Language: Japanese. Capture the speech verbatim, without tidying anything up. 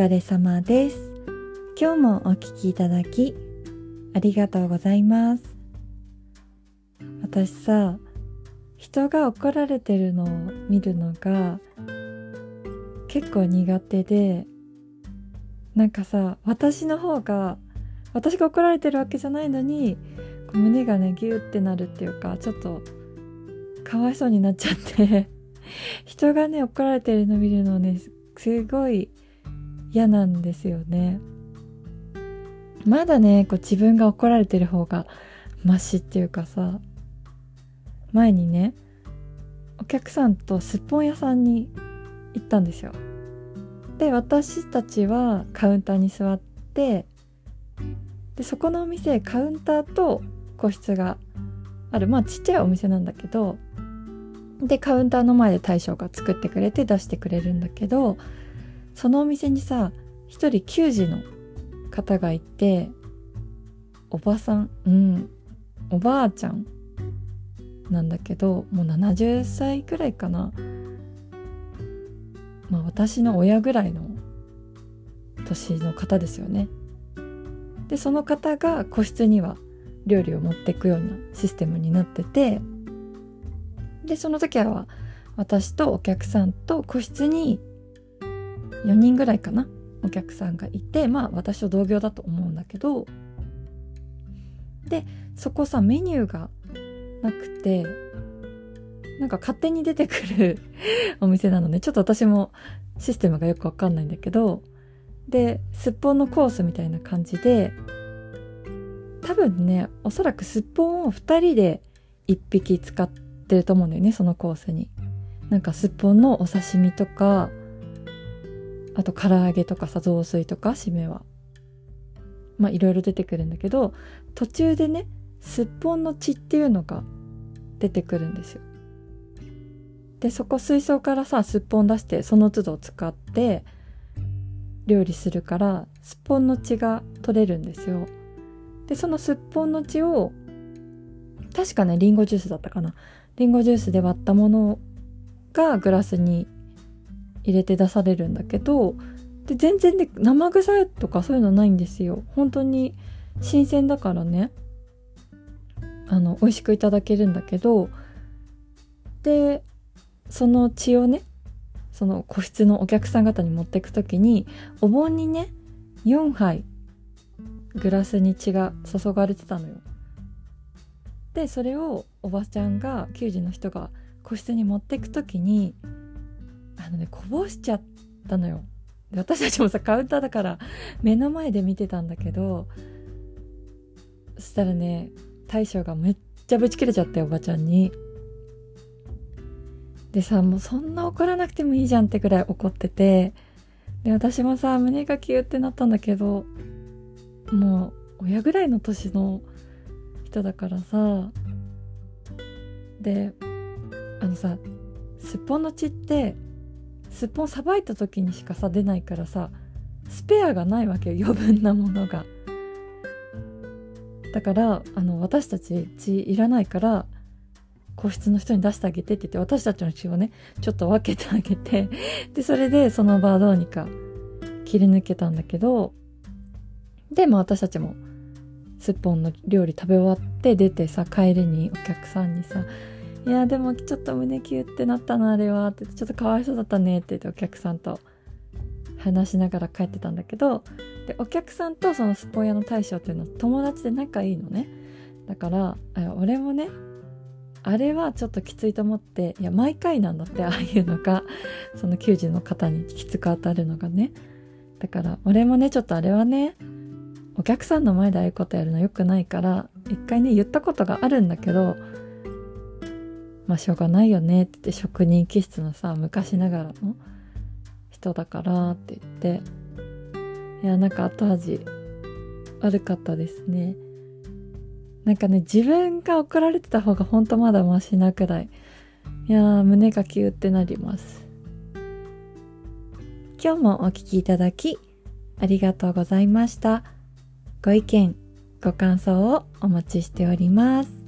疲れ様です。今日もお聞きいただきありがとうございます。私さ、人が怒られてるのを見るのが結構苦手で、なんかさ、私の方が私が怒られてるわけじゃないのにこう胸がねギューってなるっていうか、ちょっとかわいそうになっちゃって人がね怒られてるの見るのねすごい嫌なんですよね。まだねこう自分が怒られてる方がマシっていうかさ、前にねお客さんとすっぽん屋さんに行ったんですよ。で、私たちはカウンターに座って、でそこのお店カウンターと個室がある、まあちっちゃいお店なんだけど、でカウンターの前で大将が作ってくれて出してくれるんだけど、そのお店にさ一人給仕の方がいて、おばさん、うんおばあちゃんなんだけど、もうななじゅっさいくらいかな、まあ私の親ぐらいの年の方ですよね。でその方が個室には料理を持っていくようなシステムになってて、でその時は私とお客さんと個室によにんぐらいかなお客さんがいて、まあ私と同業だと思うんだけど、でそこさメニューがなくて、なんか勝手に出てくるお店なのね。ちょっと私もシステムがよくわかんないんだけど、ですっぽんのコースみたいな感じで、多分ねおそらくすっぽんをふたりでいっぴき使ってると思うんだよね、そのコースに。なんかすっぽんのお刺身とか、あと唐揚げとかさ、雑炊とか締めはまあいろいろ出てくるんだけど、途中でねすっぽんの血っていうのが出てくるんですよ。でそこ水槽からさすっぽん出して、その都度使って料理するからすっぽんの血が取れるんですよ。でそのすっぽんの血を確かねリンゴジュースだったかな、リンゴジュースで割ったものがグラスに入れて出されるんだけど、で全然ね生臭いとかそういうのないんですよ。本当に新鮮だからね、あの美味しくいただけるんだけど、でその血をねその個室のお客さん方に持っていくときに、お盆にねよんはいグラスに血が注がれてたのよ。でそれをおばちゃんが給仕の人が個室に持っていくときにあのねこぼしちゃったのよ。で私たちもさカウンターだから目の前で見てたんだけど、そしたらね大将がめっちゃブチ切れちゃっておばちゃんに。でさ、もうそんな怒らなくてもいいじゃんってくらい怒ってて、で私もさ胸がキューってなったんだけど、もう親ぐらいの年の人だからさ、であのさすっぽんの血ってすっぽんさばいた時にしかさ出ないからさ、スペアがないわけよ、余分なものが。だからあの私たち血いらないから個室の人に出してあげてって言って、私たちの血をねちょっと分けてあげて、でそれでその場どうにか切り抜けたんだけど、でも私たちもすっぽんの料理食べ終わって出てさ、帰りにお客さんにさ、いやでもちょっと胸キュってなったなあれはって、ちょっとかわいそうだったねって言ってお客さんと話しながら帰ってたんだけど、でお客さんとそのすっぽん屋の大将っていうのは友達で仲いいのね。だから俺もねあれはちょっときついと思って、いや毎回なんだって、ああいうのがその給仕の方にきつく当たるのがね。だから俺もねちょっとあれはねお客さんの前でああいうことやるの良くないから一回ね言ったことがあるんだけど、まあしょうがないよねって言って、職人気質のさ昔ながらの人だからって言って、いやなんか後味悪かったですね。なんかね自分が怒られてた方がほんとまだマシなくらい、いやー胸がキューってなります。今日もお聞きいただきありがとうございました。ご意見ご感想をお待ちしております。